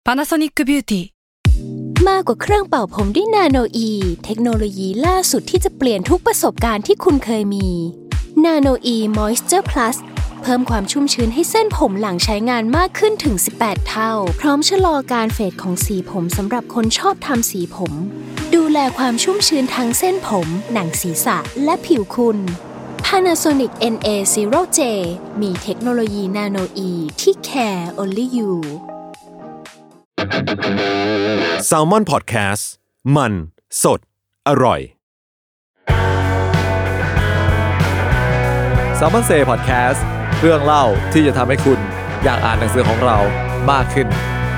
Panasonic Beauty มากกว่าเครื่องเป่าผมด้วยนาโนอีเทคโนโลยีล่าสุดที่จะเปลี่ยนทุกประสบการณ์ที่คุณเคยมีนาโนอีมอยส์เจอร์พลัสเพิ่มความชุ่มชื้นให้เส้นผมหลังใช้งานมากขึ้นถึง18เท่าพร้อมชะลอการเฟดของสีผมสำหรับคนชอบทำสีผมดูแลความชุ่มชื้นทั้งเส้นผมหนังศีรษะและผิวคุณ Panasonic NA0J มีเทคโนโลยีนาโนอีที่ care only you Salmon Podcast มันสดอร่อย Salmon Say Podcast เรื่องเล่าที่จะทำให้คุณอยากอ่านหนังสือของเรามากขึ้น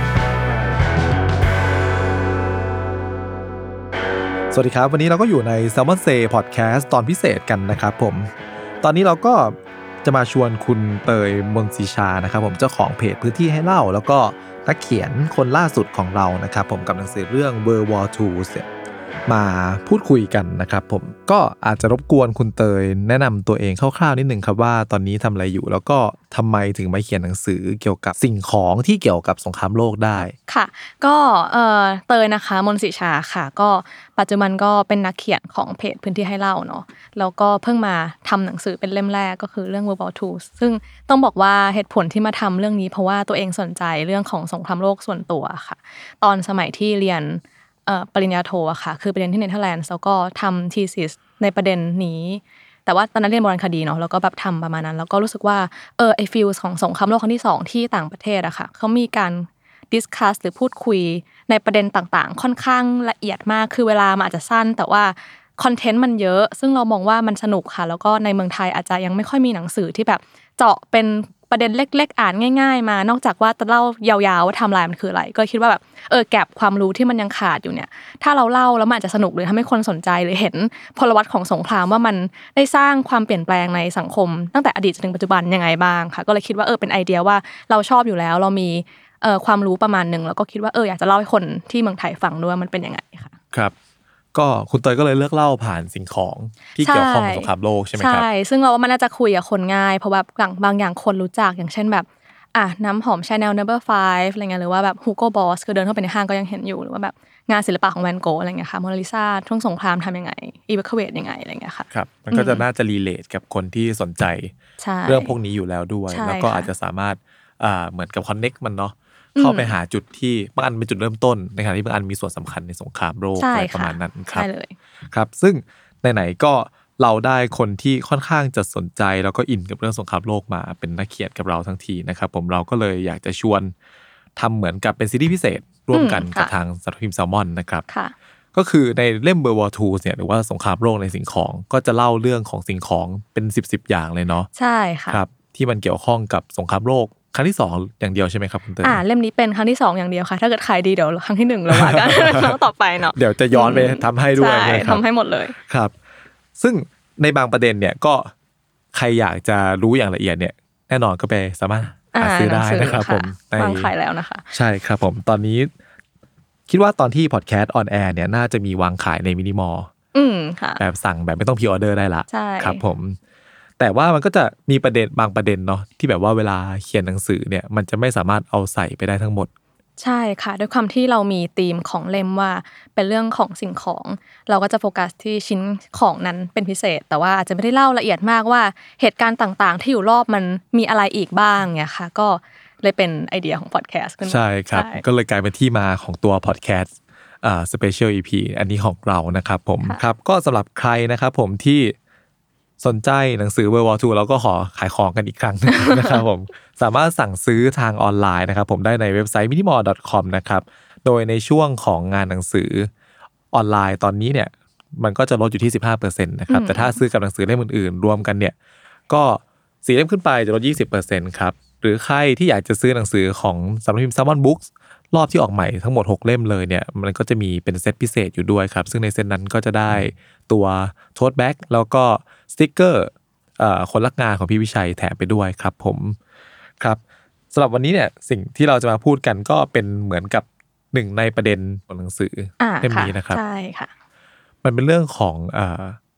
สวัสดีครับวันนี้เราก็อยู่ใน Salmon Say Podcast ตอนพิเศษกันนะครับผมตอนนี้เราก็จะมาชวนคุณเตยมนต์ศรีชานะครับผมเจ้าของเพจพื้นที่ให้เล่าแล้วก็นักเขียนคนล่าสุดของเรานะครับผมกับหนังสือเรื่อง World War II มาพูดคุยกันนะครับผมก็อาจจะรบกวนคุณเตยแนะนำตัวเองคร่าวๆนิดนึงครับว่าตอนนี้ทำอะไรอยู่แล้วก็ทำไมถึงมาเขียนหนังสือเกี่ยวกับสิ่งของที่เกี่ยวกับสงครามโลกได้ค่ะก็เตยนะคะมนต์ศรีชาค่ะก็ปัจจุบันก็เป็นนักเขียนของเพจพื้นที่ให้เล่าเนาะแล้วก็เพิ่งมาทำหนังสือเป็นเล่มแรกก็คือเรื่อง World War II ซึ่งต้องบอกว่าเหตุผลที่มาทำเรื่องนี้เพราะว่าตัวเองสนใจเรื่องของสงครามโลกส่วนตัวค่ะตอนสมัยที่เรียนปริญญาโทอะค่ะคือไปเรียนที่เนเธอร์แลนด์แล้วก็ทำ thesis ในประเด็นนี้แต่ว่าตอนนั้นเรียนโบราณคดีเนาะแล้วก็แบบทำประมาณนั้นแล้วก็รู้สึกว่าไอ้ฟีลของสงครามโลกครั้งที่2ที่ต่างประเทศอะค่ะเขามีการดิสคัสหรือพูดคุยในประเด็นต่างๆค่อนข้างละเอียดมากคือเวลามันอาจจะสั้นแต่ว่าคอนเทนต์มันเยอะซึ่งเรามองว่ามันสนุกค่ะแล้วก็ในเมืองไทยอาจจะยังไม่ค่อยมีหนังสือที่แบบเจาะเป็นประเด็นเล็กๆอ่านง่ายๆมานอกจากว่าจะเล่ายาวๆว่าไทม์ไลน์มันคืออะไรก็คิดว่าแบบแก็บความรู้ที่มันยังขาดอยู่เนี่ยถ้าเราเล่าแล้วมันอาจจะสนุกหรือทำให้คนสนใจหรือเห็นพลวัตของสงครามว่ามันได้สร้างความเปลี่ยนแปลงในสังคมตั้งแต่อดีตจนถึงปัจจุบันยังไงบ้างค่ะก็เลยคิดว่าเป็นไอเดียว่าเราชอบอยู่แล้วเรามีความรู้ประมาณนึงแล้วก็คิดว่าอยากจะเล่าให้คนที่เมืองไทยฟังด้วยมันเป็นยังไงค่ะครับก็คุณเตยก็เลยเลือกเล่าผ่านสิ่งของที่เกี่ยวข้องกับสงครามโลกใช่ไหมครับใช่ซึ่งเราว่ามันน่าจะคุยกับคนง่ายเพราะแบบบางอย่างคนรู้จักอย่างเช่นแบบน้ำหอม Chanel No. 5อะไรเงี้ยหรือว่าแบบ Hugo Boss คือเดินเข้าไปในห้างก็ยังเห็นอยู่หรือว่าแบบงานศิลปะของแวนโกอะไรเงี้ยค่ะโมนาลิซาช่วงสงครามทำยังไงอีเวคเวทยังไงอะไรเงี้ยค่ะครับมันก็จะน่าจะรีเลทกับคนที่สนใจเรื่องพวกนี้อยู่แล้วด้วยแล้วก็อาจจะสามารถเหมือนกับคอนเน็กมันเนาะเข้าไปหาจุดที่บางอันเป็นจุดเริ่มต้นในขณะที่บางอันมีส่วนสำคัญในสงครามโลกอะไรประมาณนั้นครับใช่เลยครับซึ่งไหนๆก็เราได้คนที่ค่อนข้างจะสนใจแล้วก็อินกับเรื่องสงครามโลกมาเป็นนักเขียนกับเราทั้งทีนะครับผมเราก็เลยอยากจะชวนทำเหมือนกับเป็นซีรีส์พิเศษร่วมกันกับทางสำนักพิมพ์ Salmon นะครับก็คือในเล่ม World War II เนี่ยหรือว่าสงครามโลกในสิ่งของก็จะเล่าเรื่องของสิ่งของเป็น10อย่างเลยเนาะใช่ค่ะครับที่มันเกี่ยวข้องกับสงครามโลกครั้งที่2อย่างเดียวใช่ไหมครับคุณเตยเล่มนี้เป็นครั้งที่2อย่างเดียวค่ะถ้าเกิดขายดีเดี๋ยวครั้งที่1เราว่ากันครั้งต่อไปเนาะเดี๋ยวจะย้อนไปทำให้ด้วยนะครับทำให้หมดเลยครับซึ่งในบางประเด็นเนี่ยก็ใครอยากจะรู้อย่างละเอียดเนี่ยแน่นอนก็ไปสามารถหาซื้อได้นะครับผมวางขายแล้วนะคะใช่ครับผมตอนนี้คิดว่าตอนที่พอดแคสต์ออนแอร์เนี่ยน่าจะมีวางขายในมินิมอลค่ะแบบสั่งแบบไม่ต้องพรีออเดอร์ได้ละครับผมแต่ว่ามันก็จะมีประเด็นบางประเด็นเนาะที่แบบว่าเวลาเขียนหนังสือเนี่ยมันจะไม่สามารถเอาใส่ไปได้ทั้งหมดใช่ค่ะด้วยความที่เรามีธีมของเล่มว่าเป็นเรื่องของสิ่งของเราก็จะโฟกัสที่ชิ้นของนั้นเป็นพิเศษแต่ว่าอาจจะไม่ได้เล่าละเอียดมากว่าเหตุการณ์ต่างๆที่อยู่รอบมันมีอะไรอีกบ้างเนี่ยค่ะก็เลยเป็นไอเดียของพอดแคสต์ขึ้นมาใช่ครับก็เลยกลายเป็นที่มาของตัวพอดแคสต์Special EP อันนี้ของเรานะครับผมครับก็สำหรับใครนะครับผมที่สนใจหนังสือ World War II เราก็ขอขายของกันอีกครั้งนึงนะครับผมสามารถสั่งซื้อทางออนไลน์นะครับผมได้ในเว็บไซต์ minimall.com นะครับโดยในช่วงของงานหนังสือออนไลน์ตอนนี้เนี่ยมันก็จะลดอยู่ที่ 15% นะครับแต่ถ้าซื้อกับหนังสือเล่มอื่นๆรวมกันเนี่ยก็4เล่มขึ้นไปจะลด 20% ครับหรือใครที่อยากจะซื้อหนังสือของสำนักพิมพ์ Salmon Books รอบที่ออกใหม่ทั้งหมด6เล่มเลยเนี่ยมันก็จะมีเป็นเซตพิเศษอยู่ด้วยครับซึ่งในเซตนั้นก็จะได้ตัวโทสต์แบ็กแล้วก็สติ๊กเกอร์คนรักงานของพี่วิชัยแถมไปด้วยครับผมครับสำหรับวันนี้เนี่ยสิ่งที่เราจะมาพูดกันก็เป็นเหมือนกับหนึ่งในประเด็นของหนังสือเล่มนี้นะครับใช่ค่ะมันเป็นเรื่องของ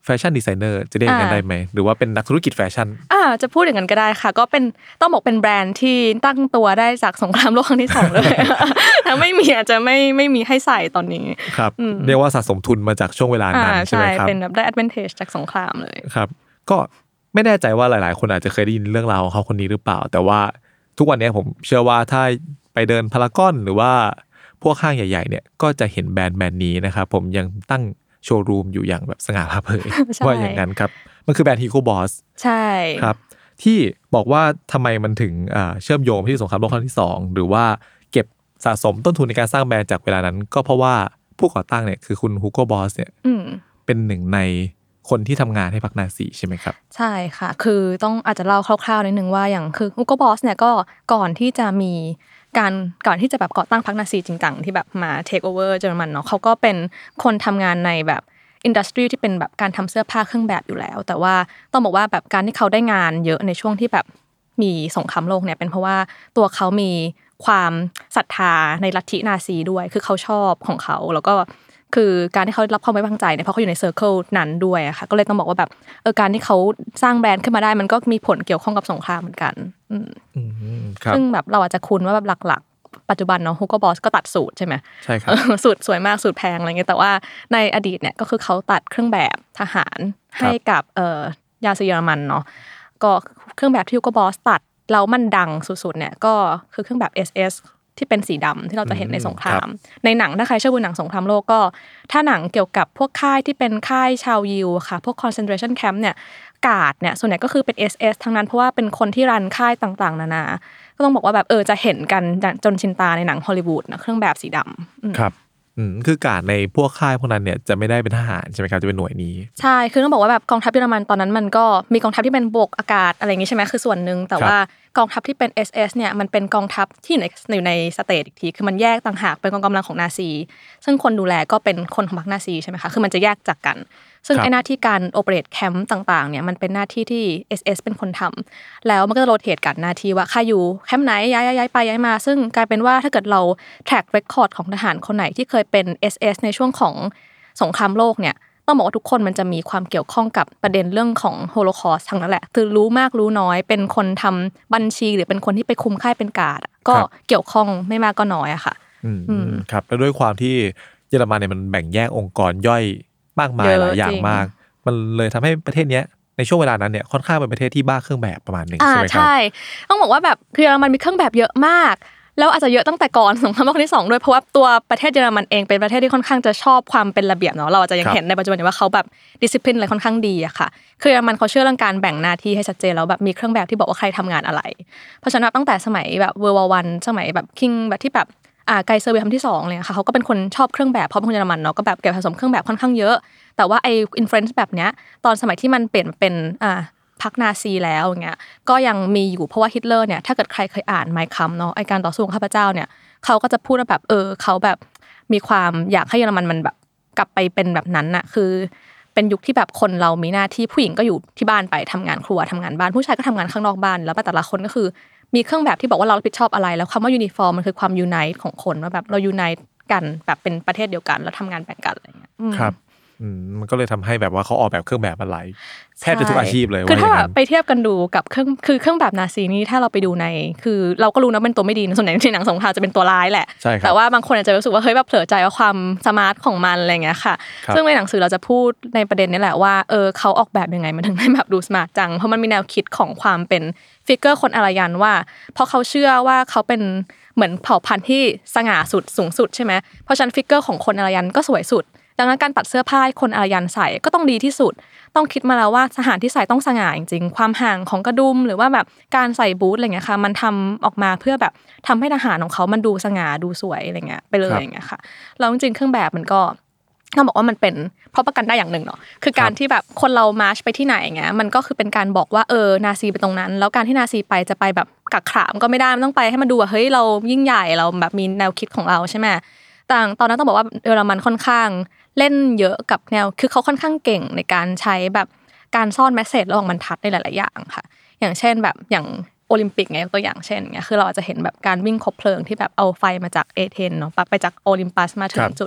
แฟชั่นดีไซเนอร์จะเรียกอย่างนั้นได้ไหมหรือว่าเป็นนักธุรกิจแฟชั่นจะพูดอย่างนั้นก็ได้ค่ะก็เป็นต้องบอกเป็นแบรนด์ที่ตั้งตัวได้จากสงครามโลกครั้งที่2เลยถ้าไม่มีอาจจะไม่มีให้ใส่ตอนนี้ครับเรียกว่าสะสมทุนมาจากช่วงเวลานั้นใช่ไหมครับเป็นแบบได้ advantage จากสงครามเลยครับก็ไม่แน่ใจว่าหลายๆคนอาจจะเคยได้ยินเรื่องราวของเขาคนนี้หรือเปล่าแต่ว่าทุกวันนี้ผมเชื่อว่าถ้าไปเดินพารากอนหรือว่าพวกห้างใหญ่ๆเนี่ยก็จะเห็นแบรนด์นี้นะครับผมยังตั้งโชว์รูมอยู่อย่างแบบสง่าผ่าเผย ว่าอย่างนั้นครับมันคือแบรนด์ Hugo Boss ใช่ครับที่บอกว่าทำไมมันถึงเชื่อมโยงที่สงครามโลกครั้งที่2หรือว่าเก็บสะสมต้นทุนในการสร้างแบรนด์จากเวลานั้นก็เพราะว่าผู้ก่อตั้งเนี่ยคือคุณ Hugo Boss เนี่ยเป็นหนึ่งในคนที่ทำงานให้พรรคนาซีใช่ไหมครับใช่ค่ะคือต้องอาจจะเล่าคร่าวๆนิดนึงว่าอย่างคือ Hugo Boss เนี่ยก็ก่อนที่จะแบบก่อตั้งพรรคนาซีจริงจังที่แบบมา take over เยอรมันเนาะเขาก็เป็นคนทำงานในแบบอินดัสทรีที่เป็นแบบการทำเสื้อผ้าเครื่องแบบอยู่แล้วแต่ว่าต้องบอกว่าแบบการที่เขาได้งานเยอะในช่วงที่แบบมีสงครามโลกเนี่ยเป็นเพราะว่าตัวเขามีความศรัทธาในลัทธินาซีด้วยคือเขาชอบของเขาแล้วก็คือการที่เขารับความไว้วางใจเนี่ยเพราะเขาอยู่ในเซอร์เคิลนั้นด้วยอะค่ะก็เลยต้องบอกว่าแบบการที่เขาสร้างแบรนด์ขึ้นมาได้มันก็มีผลเกี่ยวข้องกับสงครามเหมือนกันซึ่งแบบเราอาจจะคุ้นว่าแบบหลักๆปัจจุบันเนาะ Hugo Boss ก็ตัดสูตรใช่ไหมใช่ครับสูตรสวยมากสูตรแพงอะไรเงี้ยแต่ว่าในอดีตเนี่ยก็คือเขาตัดเครื่องแบบทหารให้กับยาซีเยอรมันเนาะก็เครื่องแบบที่ Hugo Boss ตัดแล้วมันดังสุดๆเนี่ยก็คือเครื่องแบบ SSที่เป็นสีดำที่เราจะเห็นในสงครามในหนังถ้าใครชอบดูหนังสงครามโลกก็ถ้าหนังเกี่ยวกับพวกค่ายที่เป็นค่ายชาวยิวค่ะพวก concentration camp เนี่ยการ์ดเนี่ยส่วนใหญ่ก็คือเป็น SS ทั้งนั้นเพราะว่าเป็นคนที่รันค่ายต่างๆนานาก็ต้องบอกว่าแบบจะเห็นกันจนชินตาในหนังฮอลลีวูดนะเครื่องแบบสีดำครับคือการในพวกค่ายพวกนั้นเนี่ยจะไม่ได้เป็นทหารใช่ไหมครับจะเป็นหน่วยนี้ใช่คือต้องบอกว่าแบบกองทัพเยอรมันตอนนั้นมันก็มีกองทัพที่เป็นบกอากาศอะไรอย่างงี้ใช่ไหมคือส่วนนึงแต่ว่ากองทัพที่เป็น SS เนี่ยมันเป็นกองทัพที่อยู่ในสเตทอีกทีคือมันแยกต่างหากเป็นกองกำลังของนาซีซึ่งคนดูแลก็เป็นคนของพรรคนาซีใช่ไหมคะคือมันจะแยกจากกันซึ่งไอ้หน้าที่การโอเปเรตแคมป์ต่างๆเนี่ยมันเป็นหน้าที่ที่ SS เป็นคนทำแล้วมันก็จะโรเตทกันหน้าที่ว่าใครอยู่แคมป์ไหนย้ายไปย้ายมาซึ่งกลายเป็นว่าถ้าเกิดเราแทร็กเรคคอร์ดของทหารคนไหนที่เคยเป็น SS ในช่วงของสงครามโลกเนี่ยต้องบอกว่าทุกคนมันจะมีความเกี่ยวข้องกับประเด็นเรื่องของโฮโลคอสต์ทั้งนั้นแหละคือรู้มากรู้น้อยเป็นคนทำบัญชีหรือเป็นคนที่ไปคุมค่ายเป็นการ์ดก็เกี่ยวข้องไม่มากก็น้อยอะค่ะครับแล้วด้วยความที่เยอรมันเนี่ยมันแบ่งแยกองค์กรย่อยมากมายหลายอย่างมากมันเลยทำให้ประเทศเนี้ยในช่วงเวลานั้นเนี่ยค่อนข้างเป็นประเทศที่บ้าเครื่องแบบประมาณนึงใช่ไหมครับใช่ต้องบอกว่าแบบคือเยอรมันมีเครื่องแบบเยอะมากแล้วอาจจะเยอะตั้งแต่ก่อนสงครามโลกครั้งที่2ด้วยเพราะว่าตัวประเทศเยอรมันเองเป็นประเทศที่ค่อนข้างจะชอบความเป็นระเบียบเนาะเราอาจจะยังเห็นในปัจจุบันว่าเขาแบบดิสซิปลินอะไรค่อนข้างดีอะค่ะคือเยอรมันเขาเชื่อเรื่องการแบ่งหน้าที่ให้ชัดเจนแล้วแบบมีเครื่องแบบที่บอกว่าใครทำงานอะไรเพราะฉะนั้นตั้งแต่สมัยแบบ World War 1สมัยแบบคิงแบบที่แบบไกเซอร์เวย์ครั้งที่2เลยค่ะเขาก็เป็นคนชอบเครื่องแบบเพราะเป็นคนเยอรมันเนาะก็แบบเก็บสะสมเครื่องแบบค่อนข้างเยอะแต่ว่าไอ้อินฟลูเอนซ์แบบเนี้ยตอนสมัยที่มันเปลี่ยนเป็นพรรคนาซีแล้วอย่างเงี้ยก็ยังมีอยู่เพราะว่าฮิตเลอร์เนี่ยถ้าเกิดใครเคยอ่านไมน์คัมป์เนาะไอ้การต่อสู้ของข้าพเจ้าเนี่ยเขาก็จะพูดว่าแบบเขาแบบมีความอยากให้เยอรมันแบบกลับไปเป็นแบบนั้นน่ะคือเป็นยุคที่แบบคนเรามีหน้าที่ผู้หญิงก็อยู่ที่บ้านไปทำงานครัวทำงานบ้านผู้ชายก็ทำงานข้างนอกบ้านแล้วแต่ละคนก็คือมีเครื่องแบบที่บอกว่าเรารับผิดชอบอะไรแล้วคำว่ายูนิฟอร์มมันคือความยูไนต์ของคนว่าแบบเรายูไนต์กันแบบเป็นประเทศเดียวกันแล้วทำงานแบ่งกันอะไรอย่างเงี้ยครับมันก็เลยทำให้แบบว่าเขาออกแบบเครื่องแบบมาหลายแทบจะทุกอาชีพเลยคือถ้าไปเทียบกันดูกับเครื่องแบบนาซีนี่ถ้าเราไปดูในคือเราก็รู้นะเป็นตัวไม่ดีส่วนใหญ่ในหนังสงครามจะเป็นตัวร้ายแหละแต่ว่าบางคนอาจจะรู้สึกว่าเฮ้ยแบบเผลอใจว่าความสมาร์ทของมันอะไรเงี้ยค่ะซึ่งในหนังสือเราจะพูดในประเด็นนี้แหละว่าเขาออกแบบยังไงมันถึงได้แบบดูสมาร์ทจังเพราะมันมีแนวคิดของความเป็นฟิกเกอร์คนอารยันว่าเพราะเขาเชื่อว่าเขาเป็นเหมือนเผ่าพันธุ์ที่สง่าสุดสูงสุดใช่ไหมเพราะฉะนั้นฟิกเกอร์ของคนอารยันก็สวยสุดดังนั้นการตัดเสื้อผ้าคนอารยันใส่ก็ต้องดีที่สุดต้องคิดมาแล้วว่าทหารที่ใส่ต้องสง่าจริงๆความห่างของกระดุมหรือว่าแบบการใส่บูทอะไรเงี้ยค่ะมันทำออกมาเพื่อแบบทำให้ทหารของเขามันดูสง่าดูสวยอะไรเงี้ยไปเลยอย่างเงี้ยค่ะแล้วจริงๆเครื่องแบบมันก็ต้องบอกว่ามันเป็นเพราะประกันได้อย่างหนึ่งเนาะคือการที่แบบคนเรามาร์ชไปที่ไหนอย่างเงี้ยมันก็คือเป็นการบอกว่านาซีไปตรงนั้นแล้วการที่นาซีไปจะไปแบบกักขามก็ไม่ได้มันต้องไปให้มันดูว่าเฮ้ยเรายิ่งใหญ่เราแบบมีแนวคิดของเราใช่ไหมต่างตอนนั้นต้องบอกว่าเยอรมันค่อนข้างเล่นเยอะกับแนวคือเขาค่อนข้างเก่งในการใช้แบบการซ่อนเมสเสจระหว่างบรรทัดในหลายๆอย่างค่ะอย่างเช่นแบบอย่างโอลิมปิกไงตัวอย่างเช่นเงี้ยคือเราอาจจะเห็นแบบการวิ่งคบเพลิงที่แบบเอาไฟมาจากเอเธนส์เนาะไปจากโอลิมปัสมาถึงจุดเงี้ย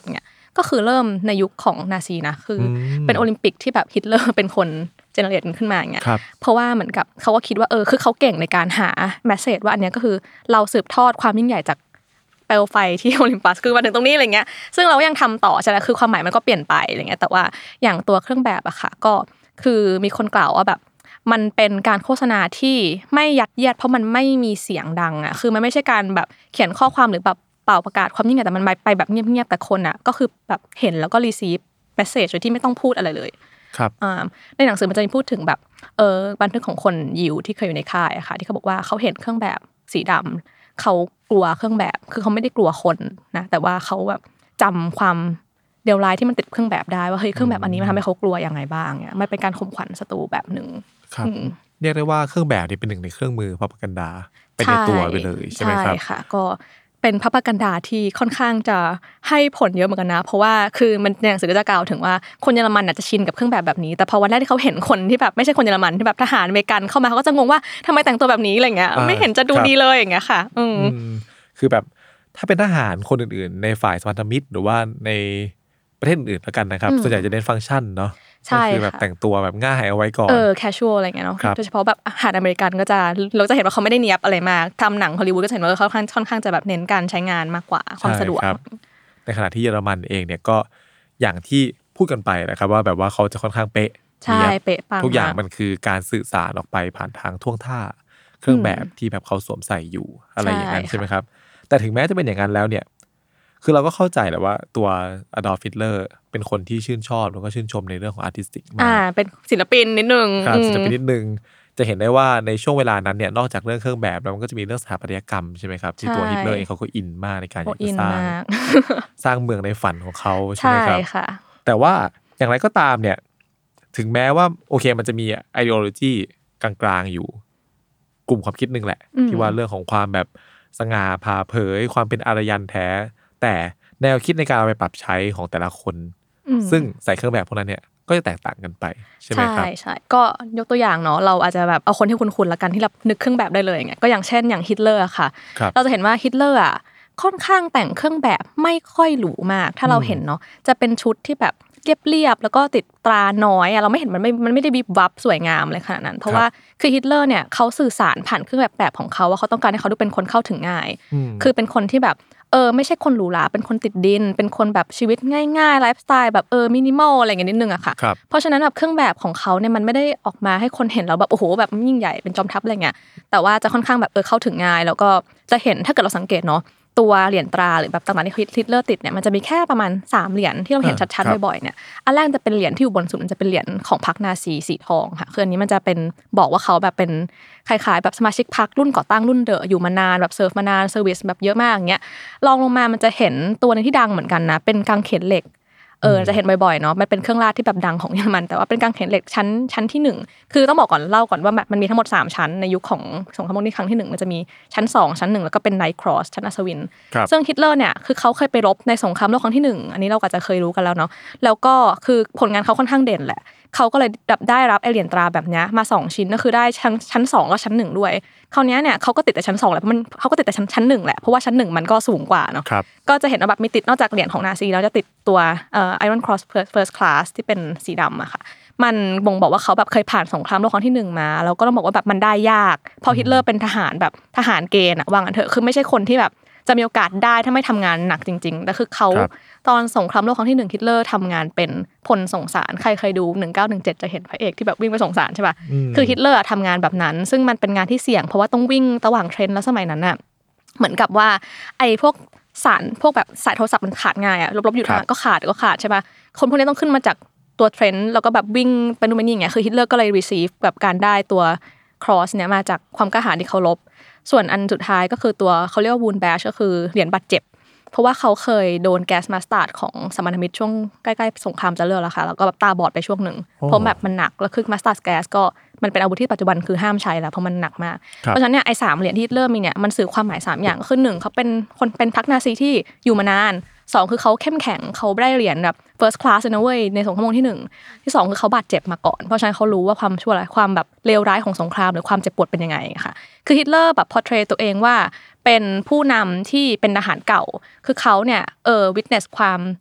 ก็คือเริ่มในยุคของนาซีนะคือเป็นโอลิมปิกที่แบบฮิตเลอร์เป็นคนเจเนเรตขึ้นมาอย่างเงี้ยเพราะว่าเหมือนกับเขาก็คิดว่าคือเขาเก่งในการหาแมสเสจว่าอันเนี้ยก็คือเราสืบทอดความยิ่งใหญ่จากเปลวไฟที่โอลิมปัสคือมาถึงตรงนี้อะไรเงี้ยซึ่งเรายังทำต่อใช่ไหมคือความหมายมันก็เปลี่ยนไปอะไรเงี้ยแต่ว่าอย่างตัวเครื่องแบบอะค่ะก็คือมีคนกล่าวว่าแบบมันเป็นการโฆษณาที่ไม่ยัดเยียดเพราะมันไม่มีเสียงดังอ่ะคือมันไม่ใช่การแบบเขียนข้อความหรือแบบเป่าประกาศความยิ่งใหญ่แต่มันไปแบบเงียบๆแต่คนอ่ะก็คือแบบเห็นแล้วก็รีซีฟเมสเสจโดยที่ไม่ต้องพูดอะไรเลยครับในหนังสือมันจะมีพูดถึงแบบบันทึกของคนยิวที่เคยอยู่ในค่ายอะค่ะที่เขาบอกว่าเขาเห็นเครื่องแบบสีดำเขากลัวเครื่องแบบคือเขาไม่ได้กลัวคนนะแต่ว่าเขาแบบจำความเดวร้ายที่มันติดเครื่องแบบได้ว่าเฮ้ยเครื่องแบบอันนี้มันทำให้เขากลัวยังไงบ้างเนี่ยมันเป็นการข่มขวัญศัตรูแบบนึงครับเรียกได้ว่าเครื่องแบบนี้เป็นหนึ่งในเครื่องมือ propaganda เป็นในตัวไปเลยใช่ไหมครับใช่ค่ะก็เป็น propaganda ที่ค่อนข้างจะให้ผลเยอะเหมือนกันนะเพราะว่าคือมันในหนังสือก็จะกล่าวถึงว่าคนเยอรมันอาจจะชินกับเครื่องแบบนี้แต่พอวันแรกที่เขาเห็นคนที่แบบไม่ใช่คนเยอรมันที่แบบทหารอเมริกันเข้ามาเขาก็จะงงว่าทำไมแต่งตัวแบบนี้อะไรเงี้ยไม่เห็นจะดูดีเลยอย่างเงี้ยค่ะคือแบบถ้าเป็นทหารคนอื่นๆในฝ่ายสัมพันธมิตรหรือว่าในประเทศอื่นๆแล้วกันนะครับส่วนใหญ่จะเน้นฟังก์ชันเนาะก็คือแบบแต่งตัวแบบง่ายเอาไว้ก่อน casual อะไรเงี้ยเนาะโดยเฉพาะแบบอาหารอเมริกันก็จะเราจะเห็นว่าเขาไม่ได้เนียบอะไรมากทำหนังฮอลลีวูดก็เห็นว่าเขาค่อนข้างจะแบบเน้นการใช้งานมากกว่าความสะดวกในขณะที่เยอรมันเองเนี่ยก็อย่างที่พูดกันไปนะครับว่าแบบว่าเขาจะค่อนข้างเป๊ะใช่เป๊ะปังทุกอย่างมันคือการสื่อสารออกไปผ่านทางท่วงท่าเครื่องแบบที่แบบเขาสวมใส่อยู่อะไรอย่างนั้นใช่ไหมครับแต่ถึงแม้จะเป็นอย่างนั้นแล้วเนี่ยคือเราก็เข้าใจแหละว่าตัวอดอล์ฟ ฮิตเลอร์เป็นคนที่ชื่นชอบแล้วก็ชื่นชมในเรื่องของอาร์ติสติกมากเป็นศิลปินนิดนึงครับศิลปินนิดนึงจะเห็นได้ว่าในช่วงเวลานั้นเนี่ยนอกจากเรื่องเครื่องแบบแล้วมันก็จะมีเรื่องสถาปัตยกรรมใช่ไหมครับที่ตัวฮิตเลอร์เองเขาก็อินมากในการอยากจะสร้างเมืองในฝันของเขาใช่ไหมครับแต่ว่าอย่างไรก็ตามเนี่ยถึงแม้ว่าโอเคมันจะมีไอเดียโลจีกลางๆอยู่กลุ่มความคิดนึงแหละที่ว่าเรื่องของความแบบสง่าผ่าเผยความเป็นอารยันแท้แต่แนวคิดในการเอาไปปรับใช้ของแต่ละคนซึ่งใส่เครื่องแบบพวกนั้นเนี่ยก็จะแตกต่างกันไปใช่ไหมครับใช่ก็ยกตัวอย่างเนาะเราอาจจะแบบเอาคนที่คุ้นๆละกันที่เรานึกเครื่องแบบได้เลยอย่างเงี้ยก็อย่างเช่นอย่างฮิตเลอร์ค่ะเราจะเห็นว่าฮิตเลอร์อ่ะค่อนข้างแต่งเครื่องแบบไม่ค่อยหรูมากถ้าเราเห็นเนาะจะเป็นชุดที่แบบเรียบๆแล้วก็ติดตราน้อยเราไม่เห็นมันไม่ได้วิบวับสวยงามเลยขนาดนั้นเพราะว่าคือฮิตเลอร์เนี่ยเขาสื่อสารผ่านเครื่องแบบของเขาว่าเขาต้องการให้เขาดูเป็นคนเข้าถึงง่ายคือเป็นคนที่แบบไม่ใช่คนหรูหราเป็นคนติดดินเป็นคนแบบชีวิตง่ายๆไลฟ์สไตล์แบบมินิมอลอะไรอย่างเงี้ยนิดนึงอะค่ะเพราะฉะนั้นแบบเครื่องแบบของเขาเนี่ยมันไม่ได้ออกมาให้คนเห็นแล้วแบบโอ้โหแบบยิ่งใหญ่เป็นจอมทัพอะไรเงี้ยแต่ว่าจะค่อนข้างแบบเข้าถึงง่ายแล้วก็จะเห็นถ้าเกิดเราสังเกตเนาะตัวเหรียญตราหรือแบบต่างๆที่ฮิตเลอร์ติดเนี่ยมันจะมีแค่ประมาณ3เหรียญที่เราเห็นชัดๆบ่อยๆเนี่ยอันแรกจะเป็นเหรียญที่อยู่บนสุดมันจะเป็นเหรียญของพรรคนาซีสีทองค่ะคืออันนี้มันจะเป็นบอกว่าเขาแบบเป็นคล้ายๆแบบสมาชิกพรรครุ่นก่อตั้งรุ่นเดอะอยู่มานานแบบเซิร์ฟมานานเซอร์วิสแบบเยอะมากอย่างเงี้ยลองลงมามันจะเห็นตัวนึงที่ดังเหมือนกันนะเป็นกางเขนเหล็กจะเห็นบ่อยๆเนาะมันเป็นเครื่องราชที่แบบดังของเยอรมันแต่ว่าเป็นกางเขนเหล็กชั้นที่1คือต้องบอกก่อนเล่าก่อนว่ามันมีทั้งหมด3ชั้นในยุคของสงครามโลกครั้งที่1มันจะมีชั้น2ชั้น1แล้วก็เป็นไนท์ครอสชั้นอัศวินซึ่งฮิตเลอร์เนี่ยคือเขาเคยไปรบในสงครามโลกครั้งที่1อันนี้เราก็จะเคยรู้กันแล้วเนาะแล้วก็คือผลงานเขาค่อนข้างเด่นแหละเขาก็เลยได้รับเหรียญตราแบบนี้มา2ชิ้นก็คือได้ชั้น2แล้วชั้น1ด้วยคราวนี้เนี่ยเขาก็ติดแต่ชั้น2แหละเพราะมันเขาก็ติดแต่ชั้น1แหละเพราะว่าชั้น1มันก็สูงกว่าเนาะก็จะเห็นว่าแบบมีติดนอกจากเหรียญของนาซีแล้วจะติดตัวIron Cross First Class ที่เป็นสีดำอะค่ะมันบ่งบอกว่าเขาแบบเคยผ่านสงครามโลกครั้งที่1มาแล้วก็ต้องบอกว่าแบบมันได้ยากเพราะฮิตเลอร์เป็นทหารแบบทหารเกณฑ์อะว่างั้นเถอะคือไม่ใช่คนที่แบบจะมีโอกาสได้ถ้าไม่ทำงานหนักจริงๆแต่คือเขาตอนสงครามโลกครั้งที่1ฮิตเลอร์ทำงานเป็นพลส่งสารใครเคยดู1917จะเห็นพระเอกที่แบบวิ่งไปส่งสารใช่ป่ะคือฮิตเลอร์ทำงานแบบนั้นซึ่งมันเป็นงานที่เสี่ยงเพราะว่าต้องวิ่งระหว่างเทรนแล้วสมัยนั้นน่ะเหมือนกับว่าไอ้พวกสารพวกแบบสายโทรศัพท์มันขาดง่ายอะลบๆอยู่ทางก็ขาดใช่ป่ะคนพวกนี้ต้องขึ้นมาจากตัวเทรนแล้วก็แบบวิ่งไปนู่นไปนี่อย่างเงี้ยคือฮิตเลอร์ก็เลย receive แบบการได้ตัว cross เนี่ยมาจากความกล้าหาญที่เขาลบส่วนอันสุดท้ายก็คือตัวเขาเรียกว่า wound badge ก็คือเหรียญบาดเจ็บเพราะว่าเขาเคยโดนแก๊สมัสตาร์ดของสัมพันธมิตรช่วงใกล้ๆสงครามจะเลิกแล้วค่ะแล้วก็แบบตาบอดไปช่วงนึงเพราะแบบมันหนักแล้วคือมัสตาร์ดแก๊สก็มันเป็นอาวุธที่ปัจจุบันคือห้ามใช้แล้วเพราะมันหนักมากเพราะฉะนั้นเนี่ยไอ้3เหรียญที่เริ่มมีเนี่ยมันสื่อความหมาย3อย่างคือ1เขาเป็นคนเป็นพรรคนาซีที่อยู่มานาน2คือเขาเข้มแข็งเขาได้เหรียญแบบ first class นะเว้ยในสงครามโลกที่1ที่2คือเขาบาดเจ็บมาก่อนเพราะฉะนั้นเขารู้ว่าความชั่วร้ายความแบบเลวร้ายของสงครามหรือความเจ็บปวดเป็นยังไงค่ะคือฮิตเลอร์แบบ portray ตัวเองว่าเป็นผู้นำที่เป็นทหารเก่าคือเขาเนี่ยwitness ความเจ็บ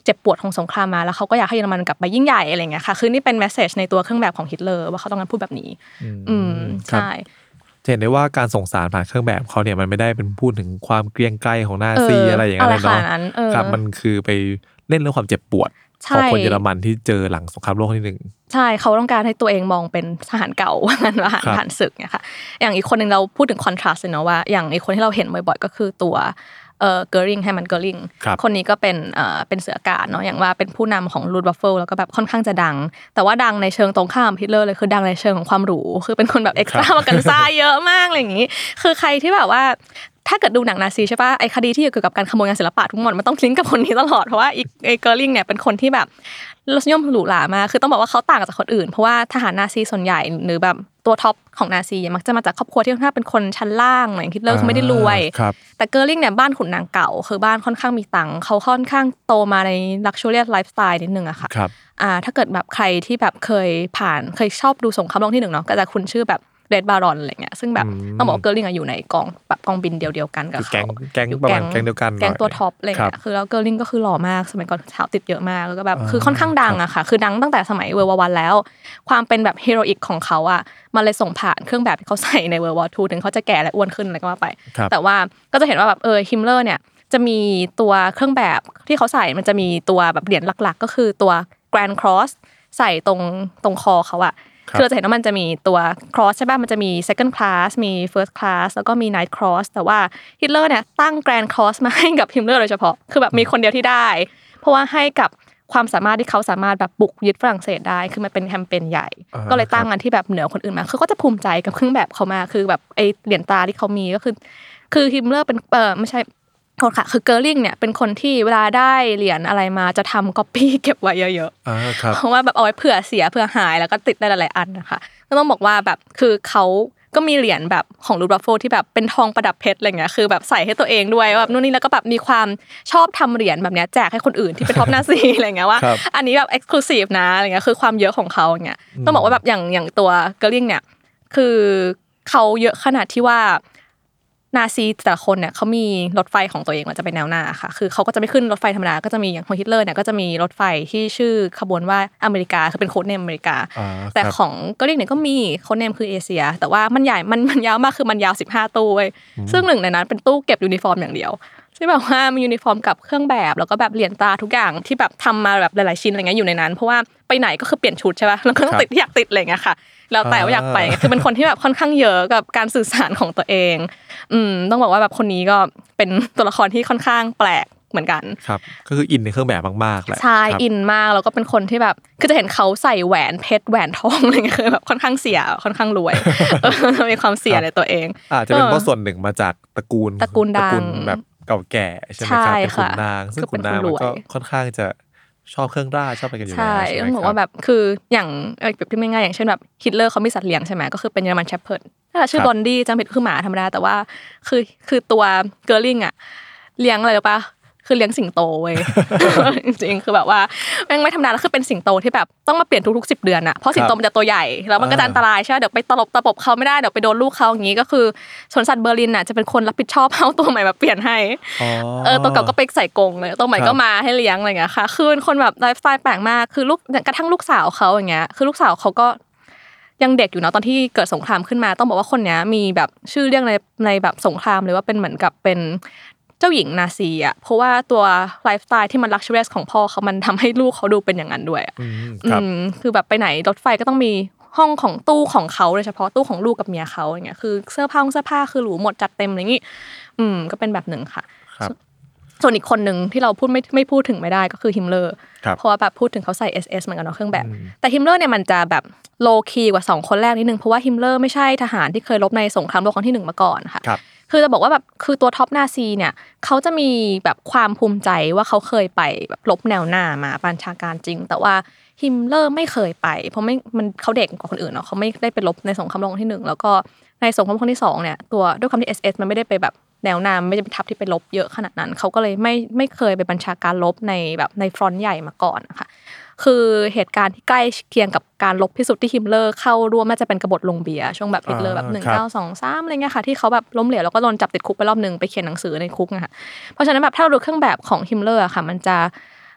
จ็บปวดของสงครามมาแล้วเขาก็อยากให้เยอรมันกลับมายิ่งใหญ่อะไรเงี้ยค่ะคือนี่เป็นเมสเสจในตัวเครื่องแบบของฮิตเลอร์ว่าเขาต้องการพูดแบบนี้ใช่เห็นได้ว่าการส่งสารผ่านเครื่องแบบเขาเนี่ยมันไม่ได้เป็นพูดถึงความเกรียงไกรของนาซีอะไรอย่างเงี้ยเนาะครับมันคือไปเล่นเรื่องความเจ็บปวดของคนเยอรมันที่เจอหลังสงครามโลกครั้งที่1ใช่เขาต้องการให้ตัวเองมองเป็นทหารเก่าว่างั้นว่าผ่านศึกเนี่ยค่ะอย่างอีกคนนึงเราพูดถึงคอนทราสต์เนาะว่าอย่างอีกคนที่เราเห็นบ่อยๆก็คือตัวเกอริงให้มันเกอริงคนนี้ก็เป็นเสืออากาศเนาะอย่างว่าเป็นผู้นำของลูดวัฟเฟิลแล้วก็แบบค่อนข้างจะดังแต่ว่าดังในเชิงตรงข้ามฮิตเลอร์เลยคือดังในเชิงของความหรูคือเป็นคนแบบเอ็กซ์ตร้ามากันซ่าเยอะมากอะไรอย่างงี้คือใครที่แบบว่าถ้าเกิดดูหนังนาซีใช่ป่ะไอ้คดีที่เกี่ยวกับการขโมยงานศิลปะทั้งหมดมันต้องลิงก์กับคนนี้ตลอดเพราะว่าไอ้เกอริงเนี่ยเป็นคนที่แบบรสนิยมหรูหรามากคือต้องบอกว่าเขาต่างจากคนอื่นเพราะว่าทหารนาซีส่วนใหญ่หรือแบบตัวท็อปของนาซีมักจะมาจากครอบครัวที่ค่อนข้างเป็นคนชั้นล่างอย่างฮิตเลอร์เขาไม่ได้รวยแต่เกอริงเนี่ยบ้านขุนนางเก่าคือบ้านค่อนข้างมีตังค์เขาค่อนข้างโตมาในลักชัวรี่ไลฟ์สไตล์นิดนึงอะค่ะถ้าเกิดแบบใครที่แบบเคยชอบดูสงครามโลกที่1เนาะก็จะคุ้นชื่อแบบเรดบารอนอะไรเงี้ยซึ่งแบบต้องบอกเกอร์ลิงอยู่ในกองแบบกองบินเดียวกันกับเขาแก๊งประมาณแก๊งเดียวกันแก๊งตัวท็อปอะไรเงี้ยคือแล้วเกอร์ลิงก็คือหล่อมากสมัยก่อนสาวติดเยอะมากแล้วก็แบบคือค่อนข้างดังอะค่ะคือดังตั้งแต่สมัยเวิลด์วอร์ 1แล้วความเป็นแบบฮีโรอิกของเขาอะมันเลยส่งผ่านเครื่องแบบที่เขาใส่ในเวิลด์วอร์ 2ถึงเขาจะแก่และอ้วนขึ้นอะไรก็ว่าไปแต่ว่าก็จะเห็นว่าแบบฮิมเลอร์เนี่ยจะมีตัวเครื่องแบบที่เขาใส่มันจะมีตัวแบบเหรียญหลักๆก็คือตัวแกรนด์ครอสใส่ตรงคอเขาอะคือเราจะเห็นว่ามันจะมีตัว cross ใช่ป่ะมันจะมี second class มี first class แล้วก็มี night cross แต่ว่าฮิตเลอร์เนี่ยตั้ง grand cross มาให้กับฮิมเลอร์โดยเฉพาะคือแบบมีคนเดียวที่ได้เพราะว่าให้กับความสามารถที่เขาสามารถแบบบุกยึดฝรั่งเศสได้คือมันเป็นแคมเปญใหญ่ก็เลยตั้งอันที่แบบเหนือคนอื่นมาคือก็จะภูมิใจกับเครื่องแบบเขามาคือแบบไอเหรียญตราที่เขามีก็คือฮิมเลอร์เป็นไม่ใช่ค่ะคือเกอร์ลิงเนี่ยเป็นคนที่เวลาได้เหรียญอะไรมาจะทำก๊อปปี้เก็บไว้เยอะๆเพราะว่าแบบเอาไว้เผื่อเสียเผื่อหายแล้วก็ติดได้หลายๆอันนะคะก็ต้องบอกว่าแบบคือเขาก็มีเหรียญแบบของลูดวัฟเฟิลที่แบบเป็นทองประดับเพชรอะไรเงี้ยคือแบบใส่ให้ตัวเองด้วยแบบนู่นนี่แล้วก็แบบมีความชอบทำเหรียญแบบเนี้ยแจกให้คนอื่นที่เป็นท็อปนาซีอะไรเงี้ยว่าอันนี้แบบเอ็กซ์คลูซีฟนะอะไรเงี้ยคือความเยอะของเขาอย่างเงี้ยต้องบอกว่าแบบอย่างตัวเกอร์ลิงเนี่ยคือเขาเยอะขนาดที่ว่านาซีแต่ละคนเนี่ยเขามีรถไฟของตัวเองมันจะเป็นแนวหน้าค่ะคือเขาก็จะไม่ขึ้นรถไฟธรรมดาก็จะมีอย่างของฮิตเลอร์เนี่ยก็จะมีรถไฟที่ชื่อขบวนว่าอเมริกาคือเป็นโค้ดเนมอเมริกาแต่ของเกาหลีเนี่ยก็มีโค้ดเนมคือเอเชียแต่ว่ามันใหญ่มันยาวมากคือมันยาว15ตู้เว้ยซึ่งหนึ่งในนั้นเป็นตู้เก็บยูนิฟอร์มอย่างเดียวใช่แบบว่ามียูนิฟอร์มกับเครื่องแบบแล้วก็แบบเหรียญตราทุกอย่างที่แบบทำมาแบบหลายๆชิ้นอะไรเงี้ยอยู่ในนั้นเพราะว่าไปไหนก็คือเปลี่ยนชุดใช่ป่ะแล้วก็ต้องติดอยากติดอะไรเงี้ยค่ะแล้วแต่ว่าอยากไปคือเป็นคนที่แบบค่อนข้างเยอะกับการสื่อสารของตัวเองต้องบอกว่าแบบคนนี้ก็เป็นตัวละครที่ค่อนข้างแปลกเหมือนกันครับก็คืออินในเครื่องแบบมากๆแหละใช่อินมากแล้วก็เป็นคนที่แบบคือจะเห็นเขาใส่แหวนเพชรแหวนทองอะไรเงี้ยคือแบบค่อนข้างเสียค่อนข้างรวยมีความเสียในตัวเองจะเป็นเพราะส่วนหนึ่งมาจากตระกูลดังแบบเก่าแก่ใช่ไหมครับเป็นขุนนางซึ่งขุนนางมันก็ค่อนข้างจะชอบเครื่องราชชอบอะไรกันอยู่แล้วใช่ต้องบอกว่าแบบคืออย่างแบบที่ง่ายๆอย่างเช่นแบบฮิตเลอร์เขามีสัตว์เลี้ยงใช่ไหมก็คือเป็นเยอรมันแชปเพิร์ดถ้าชื่อบอนดี้จำผิดคือหมาธรรมดาแต่ว่าคือตัวเกอร์ลิงอ่ะเลี้ยงอะไรหรือปะคือเลี้ยงสิงโตเว้ยจริงๆคือแบบว่าไม่ธรรมดาแล้วคือเป็นสิงโตที่แบบต้องมาเปลี่ยนทุกๆ10 เดือนอ่ะเพราะสิงโตมันจะตัวใหญ่แล้วมันก็อันตรายใช่เดี๋ยวไปตะปบเขาไม่ได้เดี๋ยวไปโดนลูกเขาอย่างงี้ก็คือสวนสัตว์เบอร์ลินน่ะจะเป็นคนรับผิดชอบเอาตัวใหม่มาเปลี่ยนให้ตัวเก่าก็ไปใส่กรงเลยตัวใหม่ก็มาให้เลี้ยงอะไรเงี้ยค่ะคือเป็นคนแบบไลฟ์สไตล์แปลกมากคือลูกกระทั่งลูกสาวเขาอย่างเงี้ยคือลูกสาวเขาก็ยังเด็กอยู่เนาะตอนที่เกิดสงครามขึ้นมาต้องบอกว่าคนนี้มีแบบชื่อเรียกในแบบสงครามเลยว่าเป็นเหมือนกับเป็นเจ้าหญิงนาซีอ่ะเพราะว่าตัวไลฟ์สไตล์ที่มันลักชัวรี่ของพ่อเขามันทำให้ลูกเขาดูเป็นอย่างนั้นด้วยคือแบบไปไหนรถไฟก็ต้องมีห้องของตู้ของเขาโดยเฉพาะตู้ของลูกกับเมียเขาอย่างเงี้ยคือเสื้อผ้าคือหรูหมดจัดเต็มอะไรอย่างงี้ก็เป็นแบบหนึ่งค่ะส่วนอีกคนนึงที่เราไม่พูดถึงไม่ได้ก็คือฮิมเลอร์เพราะว่าแบบพูดถึงเขาใส่ SS เหมือนกันเนาะเครื่องแบบแต่ฮิมเลอร์เนี่ยมันจะแบบโลคีกว่า2คนแรกนิดนึงเพราะว่าฮิมเลอร์ไม่ใช่ทหารที่เคยรบในสงครามโลกครั้งที่1มาก่อนค่ะคือจะบอกว่าแบบคือตัวท็อปนาซีเนี่ยเขาจะมีแบบความภูมิใจว่าเขาเคยไปแบบรบแนวหน้ามาบัญชาการจริงแต่ว่าฮิมเลอร์ไม่เคยไปเพราะมันเขาเด็กกว่าคนอื่นเนาะเขาไม่ได้ไปรบในสงครามโลกครั้งที่1แล้วก็ในสงครามโลกครั้งที่2เนี่ยตัวด้วยความที่ SS มันไม่ได้ไปแบบแนวหน้าไม่ได้เป็นทัพที่ไปรบเยอะขนาดนั้นเขาก็เลยไม่เคยไปบัญชาการรบในแบบในฟรอนต์ใหญ่มาก่อนนะคะคือเหตุการณ์ที่ใกล้เคียงกับการรบที่สุดที่ฮิมเลอร์เข้าร่วมน่าจะเป็นกบฏลงเบียช่วงแบบฮิตเลอร์แบบ1923อะไรเงี้ยค่ะที่เขาแบบล้มเหลวแล้วก็โดนจับติดคุกไปรอบนึงไปเขียนหนังสือในคุกนะคะเพราะฉะนั้นแบบถ้าเราดูเครื่องแบบของฮิมเลอร์ค่ะมันจะ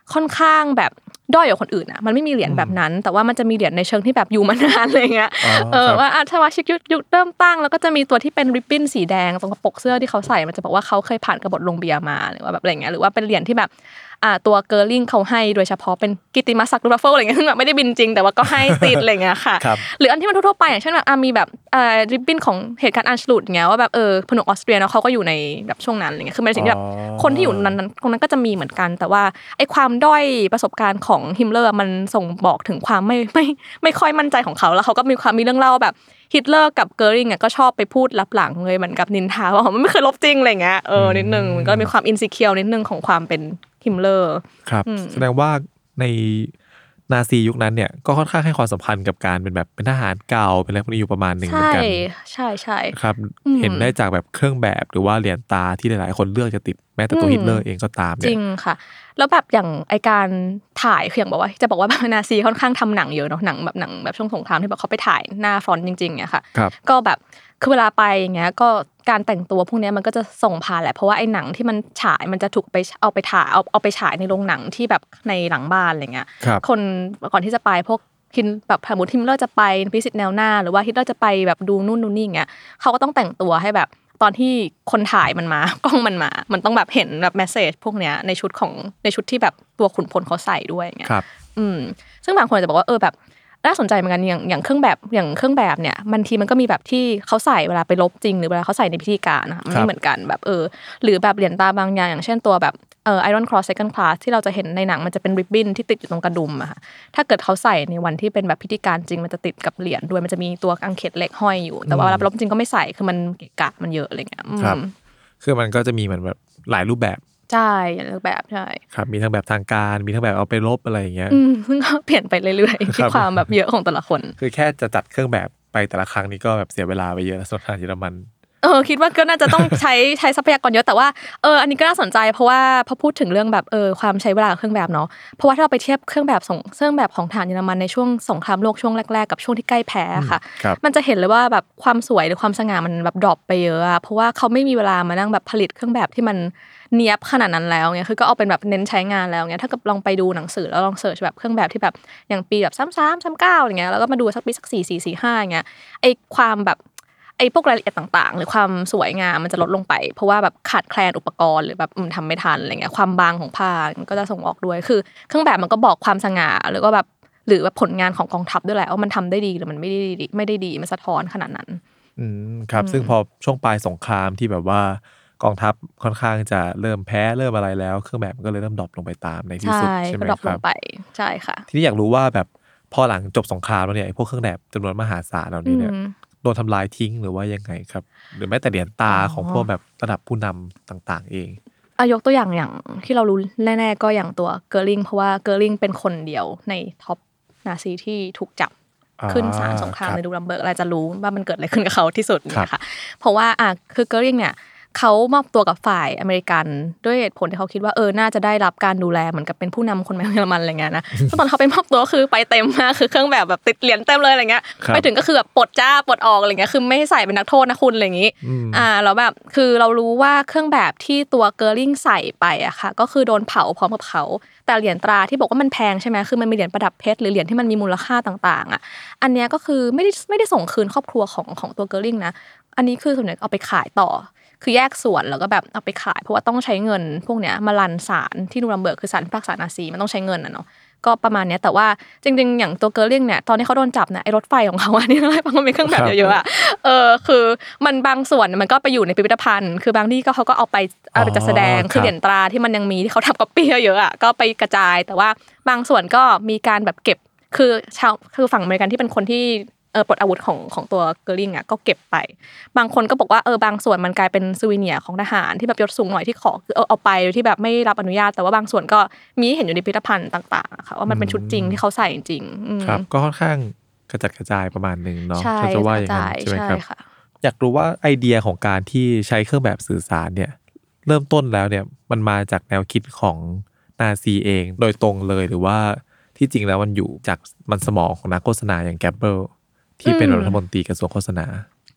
ค่อนข้างแบบด้อยกว่าคนอื่นอ่ะมันไม่มีเหรียญแบบนั้นแต่ว่ามันจะมีเหรียญในเชิงที่แบบอยู่มานานอะไรเงี้ยว่าสมาชิกยุคเริ่มตั้งแล้วก็จะมีตัวที่เป็นริบบิ้นสีแดงตรงกระปกเสื้อที่เขาใส่มันจะบอกว่าเขาเคยผ่านกบฏลงเบียร์มาหรือว่าแบบอะไรเงี้ยหรือว่าเป็นเหรียญที่แบบตัวเกิร์ลิงเขาให้โดยเฉพาะเป็นกิตติมศักดิ์รูราเฟิลอะไรเงี้ยซึ่งแบบไม่ได้บินจริงแต่ว่าก็ให้ติดอะไรเงี้ยค่ะหรืออันที่มันทั่วๆไปอย่างเช่นแบบมีแบบริบบิ้นของเหตุการณ์อันชลูดเงี้ยว่าแบบผนวกออสเตรียเนาะเขาก็อยู่ในแบบช่วงนั้นอะไรเงี้ยคือเป็นสิ่งที่แบบคนที่อยู่นั้นตรงนั้นก็จะมีเหมือนกันแต่ว่าไอ้ความด้อยประสบการณ์ของฮิมเลอร์มันส่งบอกถึงความไม่ค่อยมั่นใจของเขาแล้วเขาก็มีเรื่องเล่าแบบฮิตเลอร์กับเกอริงก็ชอบไปพูดลับหลังเลยเหมือนกับนินทาว่ามันไม่เคยลบจริงอะไรเงี้ยนิดนึงมันก็มีความอินซิเคียวนิดนึงของความเป็นฮิมเลอร์ครับแสดงว่าในนาซียุคนั้นเนี่ยก็ค่อนข้างให้ความสำคัญกับการเป็นแบบเป็นทหารเก่าเป็นอะไรพวกนี้อยู่ประมาณนึงเหมือนกันใช่ครับเห็นได้จากแบบเครื่องแบบหรือว่าเหรียญตาที่หลายๆคนเลือกจะติดแม้แต่ตัวฮิตเลอร์เองก็ตามเนี่ยจริงค่ะแล้วแบบอย่างไอการถ่ายคืออย่างบอกว่าจะบอกว่านาซีค่อนข้างทำหนังเยอะเนาะหนังแบบช่วงสงครามที่แบบเขาไปถ่ายหน้าฟรอนต์จริงๆเนี่ยค่ะก็แบบคือเวลาไปอย่างเงี้ยก็การแต่งตัวพวกนี้มันก็จะส่งผ่านแหละเพราะว่าไอ้หนังที่มันฉายมันจะถูกไปเอาไปถ่ายเอาไปฉายในโรงหนังที่แบบในหลังบ้านอะไรเงี้ยคนก่อนที่จะไปพวกแบบสมมุติฮิมเลอร์จะไปพิสิทธิ์แนวหน้าหรือว่าฮิตเลอร์จะไปแบบดูนู่นดูนี่อย่างเงี้ยเขาก็ต้องแต่งตัวให้แบบตอนที่คนถ่ายมันมากล้องมันมามันต้องแบบเห็นแบบเมสเสจพวกเนี้ยในชุดที่แบบตัวขุนพลเขาใส่ด้วยอย่างเงี้ยซึ่งบางคนจะบอกว่าแบบน่าสนใจเหมือนกันอย่างเครื่องแบบเนี่ยบางทีมันก็มีแบบที่เขาใส่เวลาไปรบจริงหรือเวลาเขาใส่ในพิธีการนะคะมันไม่เหมือนกันแบบหรือแบบเหรียญตาบางอย่างอย่างเช่นตัวแบบIron Cross Second Class ที่เราจะเห็นในหนังมันจะเป็นริบบิ้นที่ติดอยู่ตรงกระดุมอะค่ะถ้าเกิดเขาใส่ในวันที่เป็นแบบพิธีการจริงมันจะติดกับเหรียญด้วยมันจะมีตัวอังเขตเหล็กห้อยอยู่แต่ว่าเวลาไปรบจริงก็ไม่ใส่คือมันเกะกะมันเยอะอะไรเงี้ยครับคือมันก็จะมีเหมือนแบบหลายรูปแบบใช่รูปแบบใช่ครับมีทั้งแบบทางการมีทั้งแบบเอาไปรบอะไรอย่างเงี้ยซึ่งก็เปลี่ยนไปเรื่อยๆที่ความแบบเยอะของแต่ละคนคือแค่จะจัดเครื่องแบบไปแต่ละครั้งนี้ก็แบบเสียเวลาไปเยอะแล้วสถานเยอรมันคิดว่าก็น่าจะต้องใช้ทรัพยากรเยอะแต่ว่าอันนี้ก็น่าสนใจเพราะว่าพอพูดถึงเรื่องแบบความใช้เวลาเครื่องแบบเนาะเพราะว่าถ้าเราไปเทียบเครื่องแบบของทหารเยอรมันในช่วงสงครามโลกช่วงแรกๆกับช่วงที่ใกล้แพ้ค่ะมันจะเห็นเลยว่าแบบความสวยหรือความสง่ามันแบบดรอปไปเยอะอะเพราะว่าเขาไม่มีเวลามานั่งแบบผลิตเครื่องแบบที่มันเนียบขนาดนั้นแล้วเนี่ยคือก็เอาเป็นแบบเน้นใช้งานแล้วเนี่ยถ้าเกิดลองไปดูหนังสือแล้วลองเสิร์ชแบบเครื่องแบบที่แบบอย่างปีแบบ33 39อย่างเงี้ยแล้วก็มาดูสักปีสัก44 45อย่างเงี้ยไอ้ความแบบไอ้พวกรายละเอียดต่างๆหรือความสวยงามมันจะลดลงไปเพราะว่าแบบขาดแคลนอุปกรณ์หรือแบบทำไม่ทันอะไรเงี้ยความบางของผ้ามันก็จะส่งออกด้วยคือเครื่องแบบมันก็บอกความสง่าหรือก็แบบหรือว่าผลงานของกองทัพด้วยแหละว่ามันทำได้ดีหรือมันไม่ได้ดีมันสะท้อนขนาดนั้นครับซึ่งพอช่วงปลายสงครามที่แบบว่ากองทัพค่อนข้างจะเริ่มแพ้เริ่มอะไรแล้วเครื่องแบบมันก็เลยเริ่มดรอปลงไปตามในที่สุดใช่ไหมครับใช่ค่ะทีนี้อยากรู้ว่าแบบพอหลังจบสงครามแล้วเนี่ยพวกเครื่องแบบจำนวนมหาศาลเหล่านี้เนี่ยโดนทำลายทิ้งหรือว่ายังไงครับหรือแม้แต่เหรียญตาของพวกแบบระดับผู้นำต่างๆเองยกตัวอย่างที่เรารู้แน่ๆก็อย่างตัวเกอร์ลิงเพราะว่าเกอร์ลิงเป็นคนเดียวในท็อปนาซีที่ถูกจับขึ้นศาลสงครามในดูรัมเบิร์กอะไรจะรู้ว่ามันเกิดอะไรขึ้นกับเขาที่สุดนะคะเพราะว่าคือเกอร์ลิงเนี่ยเขามอบตัวกับฝ่ายอเมริกันด้วยเหตุผลที่เขาคิดว่าน่าจะได้รับการดูแลเหมือนกับเป็นผู้นำคนเยอรมันอะไรเงี้ยนะตอนเขาไปมอบตัวคือไปเต็มมากคือเครื่องแบบติดเหรียญเต็มเลยอะไรเงี้ยไปถึงก็คือแบบปลดออกอะไรเงี้ยคือไม่ใส่เป็นนักโทษนะคุณอะไรอย่างงี้แล้วแบบคือเรารู้ว่าเครื่องแบบที่ตัวเกอร์ลิงใส่ไปอะค่ะก็คือโดนเผาพร้อมกับเขาแต่เหรียญตราที่บอกว่ามันแพงใช่ไหมคือมันมีเหรียญประดับเพชรหรือเหรียญที่มันมีมูลค่าต่างๆอะอันเนี้ยก็คือไม่ได้ส่งคืนครอบครัวของตัวเกอร์ลิงนะอันนี้คือส่วนใหญ่เอาไปขายต่อคือแยกส่วนแล้วก็แบบเอาไปขายเพราะว่าต้องใช้เงินพวกเนี้ยมารันศาลที่นูรัมเบิร์กคือศาลพิพากษานาซีมันต้องใช้เงินเนาะก็ประมาณเนี้ยแต่ว่าจริงๆอย่างตัวเกอร์ลิงเนี่ยตอนที่เขาโดนจับเนี่ยไอ้รถไฟของเขาอันนี้อะไรบางมันมีเครื่องแบบเยอะๆอ่ะคือมันบางส่วนมันก็ไปอยู่ในพิพิธภัณฑ์คือบางที่ก็เขาก็เอาไปจัดแสดงคือเหรียญตราที่มันยังมีที่เขาทำก๊อปปี้เยอะๆอ่ะก็ไปกระจายแต่ว่าบางส่วนก็มีการแบบเก็บคือฝั่งอเมริกันที่เป็นคนที่ปลดอาวุธของตัวเกอร์ลิงอ่ะก็เก็บไปบางคนก็บอกว่าบางส่วนมันกลายเป็นซูวิเนียร์ของทหารที่แบบยศสูงหน่อยที่ขอคือเอาไปโดยที่แบบไม่รับอนุญาตแต่ว่าบางส่วนก็มีเห็นอยู่ในพิพิธภัณฑ์ต่างๆค่ะว่ามันเป็นชุดจริงที่เขาใส่จริงครับก็ค่อนข้างกระจัดกระจายประมาณนึงเนาะถ้าจะว่าอย่างนั้นใช่ไหมครับอยากรู้ว่าไอเดียของการที่ใช้เครื่องแบบสื่อสารเนี่ยเริ่มต้นแล้วเนี่ยมันมาจากแนวคิดของนาซีเองโดยตรงเลยหรือว่าที่จริงแล้วมันอยู่จากมันสมองของนักโฆษณาอย่างแกบเบิลที่เป็นรัฐมนตรีกระทรวงโฆษณา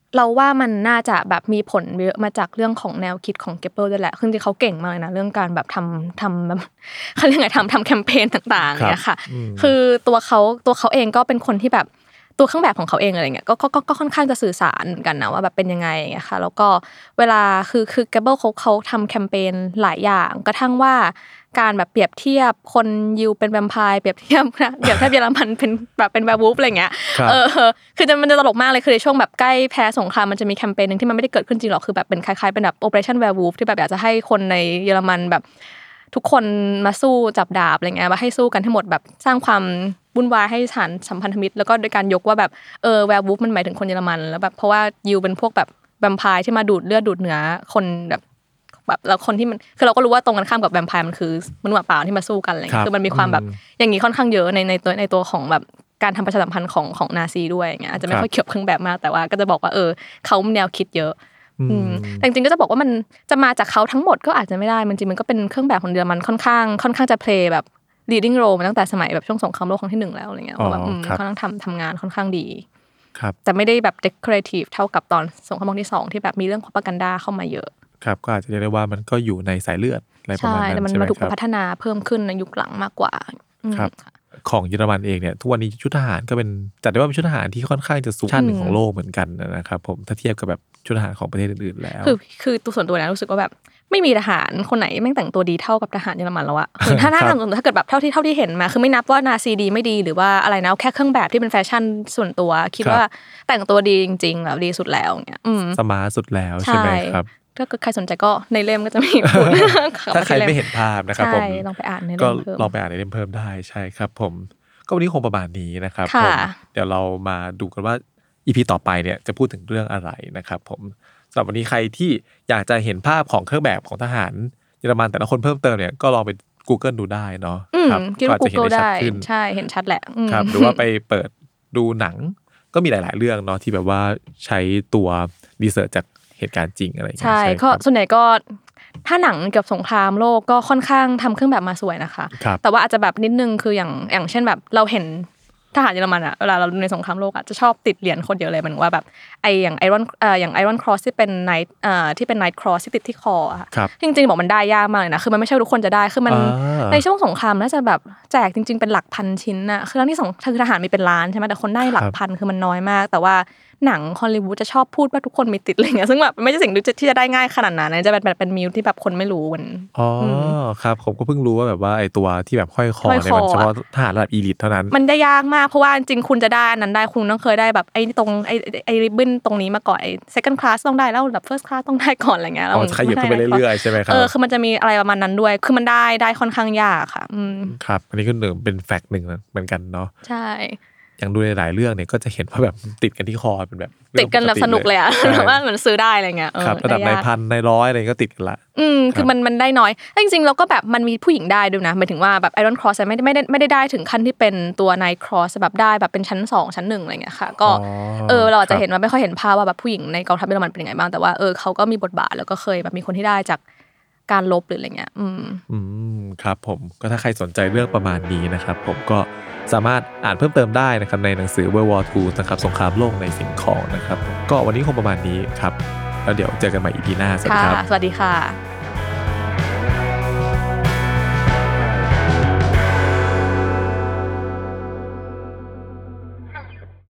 เราว่ามันน่าจะแบบมีผลเยอะมาจากเรื่องของแนวคิดของเกเปิลด้วยแหละคือจริงๆเขาเก่งมากเลยนะเรื่องการแบบทำแบบเขาเรียกไงทำแคมเปญต่างๆเนี่ยค่ะคือตัวเขาเองก็เป็นคนที่แบบตัวเครื่องแบบของเขาเองอะไรเงี้ยก็ค่อนข้างจะสื่อสารเหมือนกันนะว่าแบบเป็นยังไงอย่างเงี้ยค่ะแล้วก็เวลาคือเกเปิลเขาทำแคมเปญหลายอย่างกระทั่งว่าการแบบเปรียบเทียบคนยิวเป็นแวมไพร์เปรียบเทียบเยอรมันเป็นแบบเป็นแวร์วูฟอะไรเงี้ยคือมันจะตลกมากเลยคือในช่วงแบบใกล้แพ้สงครามมันจะมีแคมเปญนึงที่มันไม่ได้เกิดขึ้นจริงหรอกคือแบบเป็นคล้ายๆเป็นแบบ Operation Werewolf ที่แบบอยากจะให้คนในเยอรมันแบบทุกคนมาสู้จับดาบอะไรเงี้ยมาให้สู้กันให้หมดแบบสร้างความวุ่นวายให้สถานสัมพันธมิตรแล้วก็โดยการยกว่าแบบแวร์วูฟมันหมายถึงคนเยอรมันแล้วแบบเพราะว่ายิวเป็นพวกแบบแวมไพร์ที่มาดูดเลือดดูดเนื้อคนแบบแล้วคนที่มันคือเราก็รู้ว่าตรงกันข้ามกับแวมไพร์มันคือมนุษย์หมาป่าที่มาสู้กันอะไรเงี้ยคือมันมีความแบบอย่างนี้ค่อนข้างเยอะในตัวของแบบการทำประชาสัมพันธ์ของนาซีด้วยอย่างเงี้ยอาจจะไม่ค่อยเกี่ยวกับเครื่องแบบมากแต่ว่าก็จะบอกว่าเขาแนวคิดเยอะแต่จริงๆก็จะบอกว่ามันจะมาจากเขาทั้งหมดก็อาจจะไม่ได้มันจริงมันก็เป็นเครื่องแบบของเยอรมันค่อนข้างจะเพลย์แบบ leading role มาตั้งแต่สมัยแบบช่วงสงครามโลกครั้งที่1แล้วอะไรเงี้ยว่าแบบค่อนข้างทำงานค่อนข้างดีแต่ไม่ได้แบบ decorative เท่ากับตอนสงครามโลกที่2ที่แบบมีเรื่อง propaganda เข้ามาเยอะครับก็อาจจะเรียกได้ว่ามันก็อยู่ในสายเลือดอะไรประมาณนั้นใช่ไหมครับใช่แต่มันมาถูกพัฒนาเพิ่มขึ้นในยุคหลังมากกว่าครับของเยอรมันเองเนี่ยทุกวันนี้ชุดทหารก็เป็นจัดได้ว่าเป็นชุดทหารที่ค่อนข้างจะสูงชั้นหนึ่งของโลกเหมือนกันนะครับผมถ้าเทียบกับแบบชุดทหารของประเทศอื่นๆแล้วคือตัวส่วนตัวนะรู้สึกว่าแบบไม่มีทหารคนไหนแม่งแต่งตัวดีเท่ากับทหารเยอรมันแล้วอะคือถ้าเกิดแบบเท่าที่เห็นมาคือไม่นับว่านาซีดีไม่ดีหรือว่าอะไรนะแค่เครื่องแบบที่เป็นแฟชั่นส่วนตัวคิดว่าแต่งตัวดีจริงๆแบบดีสุดแล้วเงี้ยสมาร์ทสุดแล้วใช่ไหมครับถ้าเกิดใครสนใจก็ในเล่มก็จะมีพูดถ้าใครไม่เห็นภาพนะครับผมลองไปอ่านในเล่มก็ลองไปอ่านในเล่มเพิ่มได้ใช่ครับผมก็วันนี้คงประมาณนี้นะครับผมเดี๋ยวเรามาดูกันว่า EP ต่อไปเนี่ยจะพูดถึงเรื่องอะไรนะครับผมสำหรับวันนี้ใครที่อยากจะเห็นภาพของเครื่องแบบของทหารเยอรมันแต่ละคนเพิ่มเติมเนี่ยก็ลองไป Google ดูได้เนาะครับก็อาจจะเห็นได้ชัดขึ้นใช่เห็นชัดแหละครับหรือว่าไปเปิดดูหนังก็มีหลายๆเรื่องเนาะที่แบบว่าใช้ตัวรีเสิร์ชจากเหตุการณ์จริงอะไรอย่างเงี้ยใช่ก็ส่วนใหญ่ก็ถ้าหนังเกี่ยวกับสงครามโลกก็ค่อนข้างทำเครื่องแบบมาสวยนะคะแต่ว่าอาจจะแบบนิดนึงคืออย่างเช่นแบบเราเห็นทหารเยอรมันอ่ะเวลาเราในสงครามโลกอ่ะจะชอบติดเหรียญคนเดียวเลยมันว่าแบบอย่างไอรอนครอสที่เป็นไนท์ครอสที่ติดที่คออ่ะจริงๆบอกมันได้ยากมากเลยนะคือมันไม่ใช่ทุกคนจะได้คือมันในช่วงสงครามน่าจะแบบแจกจริงๆเป็นหลักพันชิ้นน่ะคือทั้งที่คือทหารมีเป็นล้านใช่มั้ยแต่คนได้หลักพันคือมันน้อยมากแต่ว่าหนังฮอลลีวูดจะชอบพูดว่าทุกคนมีติดอะไรเงี้ยซึ่งแบบไม่ใช่สิ่งที่จะได้ง่ายขนาดนั้นจะเป็นมิวที่แบบคนไม่รู้มันครับผมก็เพิ่งรู้ว่าแบบว่าไอ้ตัวที่แบบห้อยคอเนี่ยมันเฉพาะทหารระดับอีลิทเท่านั้นมันได้ยากมากเพราะว่าจริงคุณจะได้อันนั้นได้คุณต้องเคยได้แบบไอ้ตรงไอ้ริบบิ้นตรงนี้มาก่อนไอ้ second class ต้องได้แล้วแบบ first class ต้องได้ก่อนอะไรเงี้ยแล้วขยับขึ้นไปเรื่อยๆใช่มั้ยครับคือมันจะมีอะไรประมาณนั้นด้วยคือมันได้ค่อนข้างยากค่ะครับอันนี้ก็เป็นแฟกต์นึงเหมือนกันเนาะใช่อย่างดูในหลายเรื่องเนี่ยก็จะเห็นว่าแบบติดกันที่คอเป็นแบบติดกันแบบสนุกเลยอ่ะแต่ว่าเหมือนซื้อได้อะไรเงี้ยครับระดับในพันในร้อยอะไรก็ติดกันละคือมันได้น้อยจริงๆเราก็แบบมันมีผู้หญิงได้ด้วยนะหมายถึงว่าแบบไอรอนครอสไม่ได้ถึงขั้นที่เป็นตัวไนท์ครอสแบบได้แบบเป็นชั้น2ชั้น1อะไรเงี้ยค่ะก็เราอาจจะเห็นว่าไม่ค่อยเห็นภาพว่าแบบผู้หญิงในกองทัพเยอรมันเป็นยังไงบ้างแต่ว่าเขาก็มีบทบาทแล้วก็เคยแบบมีคนที่ได้จากการลบหรืออะไรเงี้ยครับผมก็ถ้าใครสนใจเรื่องประมาณนี้นะครับผมก็สามารถอ่านเพิ่มเติมได้นะครับในหนังสือ World War II นะครับสงครามโลกในสิ่งของนะครับก็วันนี้คงประมาณนี้ครับแล้วเดี๋ยวเจอกันใหม่ EP หน้าสวัสดีครับสวัสดีค่ะ